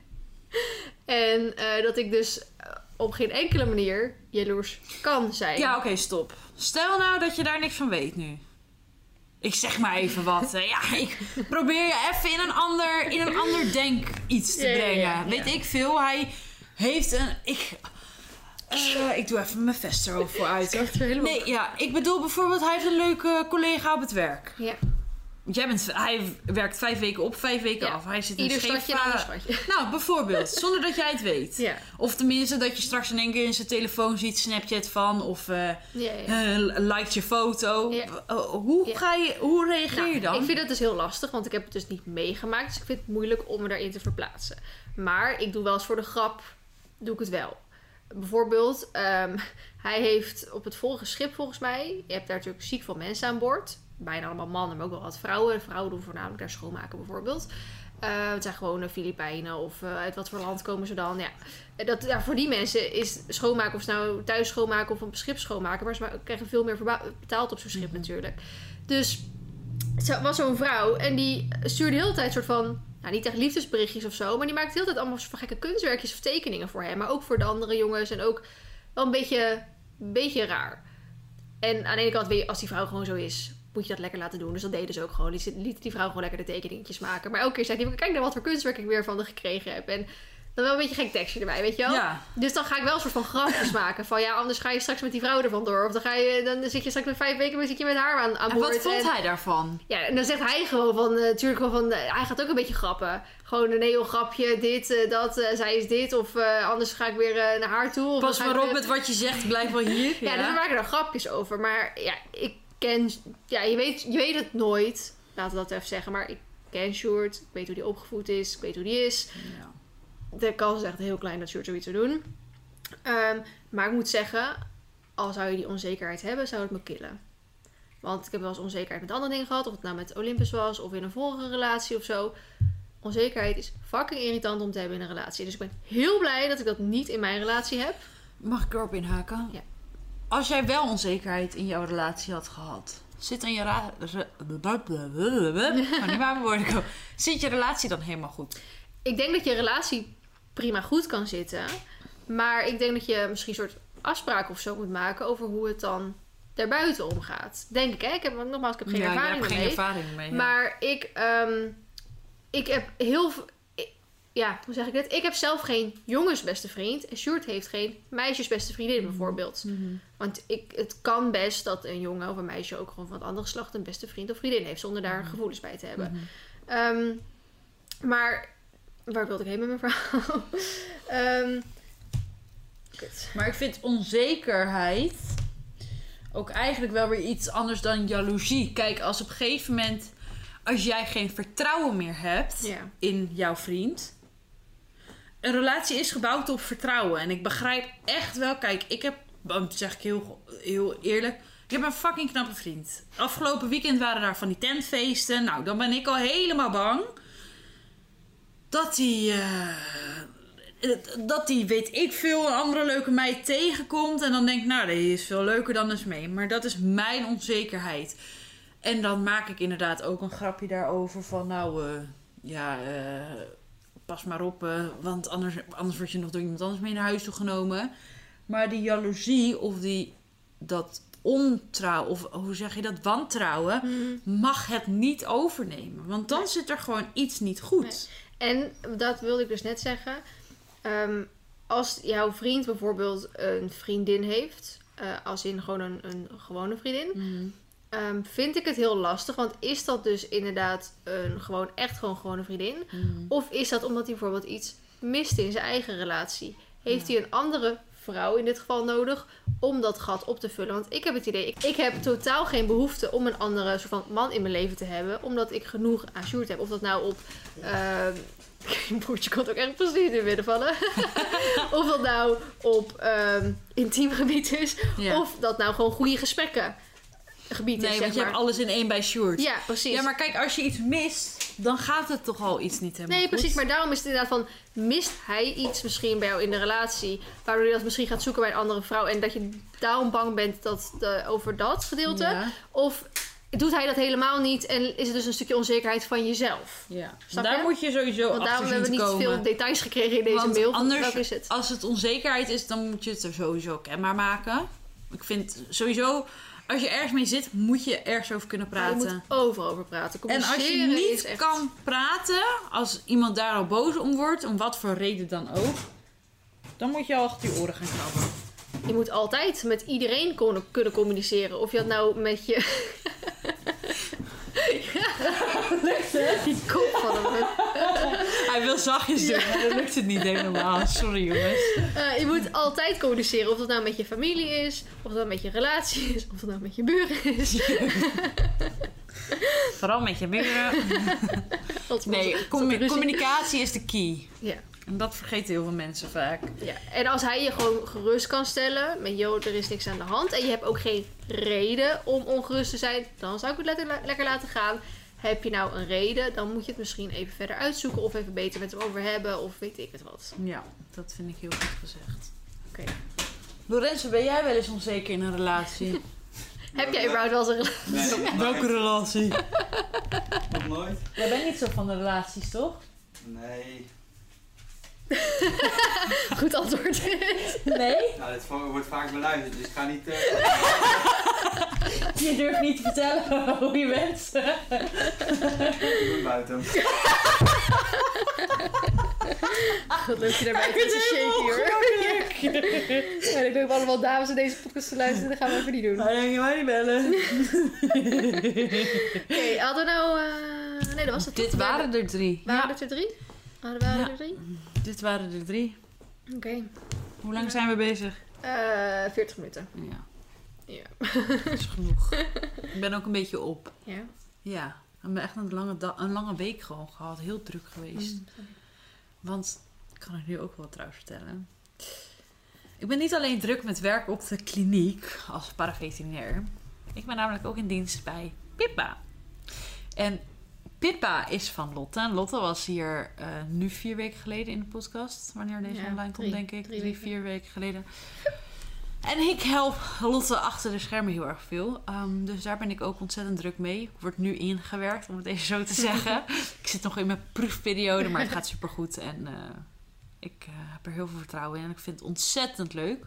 En dat ik dus op geen enkele manier jaloers kan zijn. Ja, oké, stop. Stel nou dat je daar niks van weet nu. Ik zeg maar even wat. Ja, ik probeer je even in een ander denk iets te brengen. Ja. Weet ik veel. Hij heeft een... ik doe even mijn vest erover uit. Nee, ja, ik bedoel bijvoorbeeld, hij heeft een leuke collega op het werk. Ja. Hij werkt 5 weken op, 5 weken af. Hij zit in ieder stadje een ander stadje. Nou, bijvoorbeeld. Zonder dat jij het weet. Ja. Of tenminste dat je straks in één keer in zijn telefoon ziet Snapchat van. Of liked je foto. Ja. Hoe reageer je dan? Ik vind dat dus heel lastig. Want ik heb het dus niet meegemaakt. Dus ik vind het moeilijk om me daarin te verplaatsen. Maar ik doe wel eens voor de grap. Doe ik het wel. Bijvoorbeeld. Hij heeft op het vorige schip volgens mij. Je hebt daar natuurlijk ziek veel mensen aan boord. Bijna allemaal mannen, maar ook wel wat vrouwen. Vrouwen doen voornamelijk daar schoonmaken bijvoorbeeld. Het zijn gewoon Filipijnen of uit wat voor land komen ze dan. Ja. Voor die mensen is schoonmaken, of ze nou thuis schoonmaken of op een schip schoonmaken. Maar ze krijgen veel meer betaald op zo'n schip natuurlijk. Dus er was zo'n vrouw en die stuurde de hele tijd soort van... Nou, niet echt liefdesberichtjes of zo. Maar die maakte de hele tijd allemaal soort van gekke kunstwerkjes of tekeningen voor hem. Maar ook voor de andere jongens. En ook wel een beetje raar. En aan de ene kant, als die vrouw gewoon zo is... moet je dat lekker laten doen. Dus dat deden ze ook gewoon. Liet die vrouw gewoon lekker de tekeningetjes maken. Maar elke keer zei hij, kijk naar wat voor kunstwerk ik weer van haar gekregen heb. En dan wel een beetje gek tekstje erbij, weet je wel? Ja. Dus dan ga ik wel een soort van grapjes maken. Van ja, anders ga je straks met die vrouw ervan door. Of dan zit je straks met 5 weken zit je met haar aan boord. En wat vond hij daarvan? Ja, en dan zegt hij gewoon van... natuurlijk gewoon van... hij gaat ook een beetje grappen. Gewoon een heel grapje. Dit, dat. Zij is dit. Of anders ga ik weer naar haar toe. Of pas maar op met wat je zegt. Blijf wel hier. Ja, dus we maken er grapjes over. Maar ja, je weet het nooit. Laten we dat even zeggen. Maar ik ken Sjoerd. Ik weet hoe die opgevoed is. Ik weet hoe die is. Ja. De kans is echt heel klein dat Sjoerd zoiets zou doen. Maar ik moet zeggen, al zou je die onzekerheid hebben, zou het me killen. Want ik heb wel eens onzekerheid met andere dingen gehad. Of het nou met Olympus was of in een vorige relatie of zo. Onzekerheid is fucking irritant om te hebben in een relatie. Dus ik ben heel blij dat ik dat niet in mijn relatie heb. Mag ik erop inhaken? Ja. Als jij wel onzekerheid in jouw relatie had gehad, zit je relatie dan helemaal goed? Ik denk dat je relatie prima goed kan zitten. Maar ik denk dat je misschien een soort afspraken of zo moet maken over hoe het dan daarbuiten omgaat. Denk ik, hè? Ik heb geen ervaring geen mee. ervaring mee. Ja. Maar ik heb heel veel... hoe zeg ik dit? Ik heb zelf geen jongensbeste vriend. En Sjoerd heeft geen meisjesbeste vriendin bijvoorbeeld. Mm-hmm. Want het kan best dat een jongen of een meisje ook gewoon van het andere geslacht een beste vriend of vriendin heeft. Zonder daar gevoelens bij te hebben. Mm-hmm. Maar waar wilde ik heen met mijn verhaal? Maar ik vind onzekerheid ook eigenlijk wel weer iets anders dan jaloezie. Kijk, als op een gegeven moment, als jij geen vertrouwen meer hebt in jouw vriend. Een relatie is gebouwd op vertrouwen. En ik begrijp echt wel, kijk, ik heb, dat zeg ik heel eerlijk, ik heb een fucking knappe vriend. Afgelopen weekend waren daar van die tentfeesten. Nou, dan ben ik al helemaal bang dat die, weet ik veel, een andere leuke meid tegenkomt. En dan denk ik, nou, die is veel leuker dan eens mee. Maar dat is mijn onzekerheid. En dan maak ik inderdaad ook een grapje daarover van, pas maar op. Want anders word je nog door iemand anders mee naar huis toe genomen. Maar die jaloezie of dat ontrouw, of hoe zeg je dat, wantrouwen, mag het niet overnemen. Want dan zit er gewoon iets niet goed. Nee. En dat wilde ik dus net zeggen. Als jouw vriend bijvoorbeeld een vriendin heeft, als in gewoon een gewone vriendin, vind ik het heel lastig. Want is dat dus inderdaad een gewone vriendin? Of is dat omdat hij bijvoorbeeld iets mist in zijn eigen relatie? Heeft hij een andere vrouw in dit geval nodig om dat gat op te vullen? Want ik heb het idee, ik heb totaal geen behoefte om een andere soort van man in mijn leven te hebben, omdat ik genoeg aan Sjoerd heb. Of dat nou op mijn broertje komt ook echt precies in het midden vallen. Of dat nou op intiem gebied is. Ja. Of dat nou gewoon goede gesprekken gebied is. Nee, want je hebt alles in één bij Sjoerd. Ja, precies. Ja, maar kijk, als je iets mist, dan gaat het toch al iets niet helemaal goed. Nee, precies. Maar daarom is het inderdaad van, mist hij iets misschien bij jou in de relatie, waardoor je dat misschien gaat zoeken bij een andere vrouw en dat je daarom bang bent over dat gedeelte? Ja. Of doet hij dat helemaal niet en is het dus een stukje onzekerheid van jezelf? Ja, daar moet je sowieso want daarom hebben we niet veel details gekregen in deze mail. Anders, welke is het? Als het onzekerheid is, dan moet je het er sowieso kenbaar maken. Ik vind sowieso, als je ergens mee zit, moet je ergens over kunnen praten. Je moet over praten. En als je niet kan praten, als iemand daar al boos om wordt, om wat voor reden dan ook, dan moet je al achter je oren gaan krabben. Je moet altijd met iedereen kunnen communiceren. Of je dat nou met je... Lukt het? Die kop van hem. Hij wil zachtjes doen, maar dan lukt het niet helemaal. Sorry jongens. Je moet altijd communiceren. Of dat nou met je familie is. Of dat met je relatie is. Of dat nou met je buren is. Vooral met je buren. Nee, communicatie is de key. Ja. En dat vergeten heel veel mensen vaak. Ja. En als hij je gewoon gerust kan stellen. Met joh, er is niks aan de hand. En je hebt ook geen reden om ongerust te zijn. Dan zou ik het lekker laten gaan. Heb je nou een reden, dan moet je het misschien even verder uitzoeken. Of even beter met hem over hebben. Of weet ik het wat. Ja, dat vind ik heel goed gezegd. Oké. Lorenzo, ben jij wel eens onzeker in een relatie? Heb jij überhaupt wel eens een relatie? Nee, welke relatie? Nog nooit? Jij bent niet zo van de relaties, toch? Nee. Goed antwoord. Nee? Nou, dit wordt vaak beluisterd, dus ik ga niet... Je durft niet te vertellen hoe je bent. Ik ben buiten. Wat leuk je daarbij te shaken hoor. Ja, ik denk allemaal dames in deze podcast te luisteren. Dat gaan we even niet doen. Dan je mij niet bellen. Oké, hadden we nou... Nee, dat was het. Dit waren er 3. Waren het er 3? Waren er 3? Dit waren er 3. Oké. Hoe lang zijn we bezig? 40 minuten. Ja. Ja. Dat is genoeg. Ik ben ook een beetje op. Ja? Ja. Ik heb echt een lange week gewoon gehad. Heel druk geweest. Want, ik kan het nu ook wel trouwens vertellen. Ik ben niet alleen druk met werk op de kliniek als paraveterinair. Ik ben namelijk ook in dienst bij Pippa. En Pippa is van Lotte. En Lotte was hier nu 4 weken geleden in de podcast. Wanneer deze online komt, denk ik. 3-4 weken geleden. En ik help Lotte achter de schermen heel erg veel. Dus daar ben ik ook ontzettend druk mee. Wordt nu ingewerkt, om het even zo te zeggen. Ik zit nog in mijn proefperiode, maar het gaat supergoed. En ik heb er heel veel vertrouwen in. En ik vind het ontzettend leuk.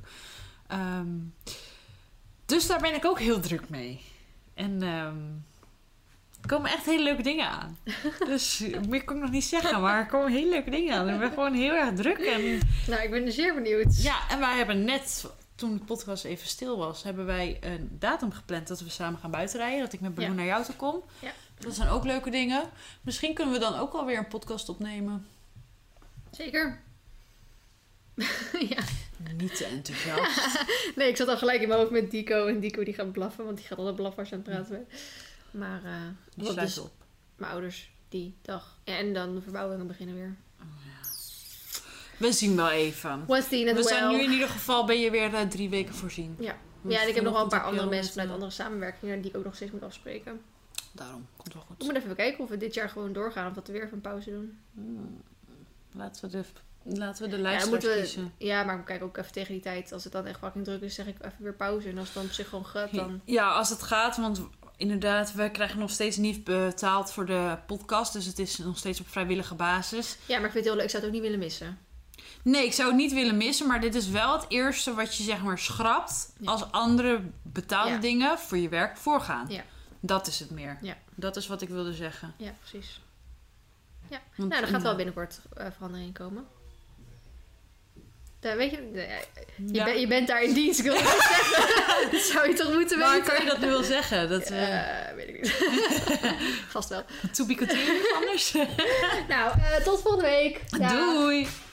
Dus daar ben ik ook heel druk mee. En er komen echt hele leuke dingen aan. Dus meer kan ik nog niet zeggen, maar er komen hele leuke dingen aan. Ik ben gewoon heel erg druk. En... Nou, ik ben er zeer benieuwd. Ja, en wij hebben net, toen de podcast even stil was, hebben wij een datum gepland dat we samen gaan buitenrijden. Dat ik met Baloo naar jou toe kom. Ja. Dat zijn ook leuke dingen. Misschien kunnen we dan ook alweer een podcast opnemen. Zeker. Ja. Niet te enthousiast. Nee, ik zat al gelijk in mijn hoofd met Dico. En Dico die gaat blaffen, want die gaat altijd blaffen als je aan het praten bent. Maar Die wat sluit dus op. mijn ouders die dag. Ja, en dan de verbouwingen beginnen weer. We zien wel even. What's the We zijn nu in ieder geval, ben je weer 3 weken voorzien. Ja. Want Ja, en ik heb nog wel een paar vanochtend andere heb je mensen al vanuit met, andere samenwerkingen die ik ook nog steeds moet afspreken. Daarom, komt wel We goed. moeten even kijken of we dit jaar gewoon doorgaan of dat we weer even een pauze doen. Laten we de Ja, luisteraars dan moeten we, kiezen. ja, maar ik kijk ook even tegen die tijd. Als het dan echt fucking druk is, zeg ik even weer pauze. En als het dan op zich gewoon gaat, dan... Ja, als het gaat, want inderdaad, wij krijgen nog steeds niet betaald voor de podcast. Dus het is nog steeds op vrijwillige basis. Ja, maar ik vind het heel leuk. Ik zou het ook niet willen missen. Nee, ik zou het niet willen missen, maar dit is wel het eerste wat je zeg maar schrapt Ja. als andere betaalde Ja. dingen voor je werk voorgaan. Ja. Dat is het meer. Ja. Dat is wat ik wilde zeggen. Ja, precies. Ja, Want, nou, er gaat wel binnenkort verandering komen. Daar, weet je, Ja. je bent daar in dienst, ik wil het niet zeggen. Dat zou je toch moeten Maar weten? kan je dat nu wel zeggen? Dat weet ik niet. Vast wel. to be continued anders? Nou, tot volgende week. Dag. Doei!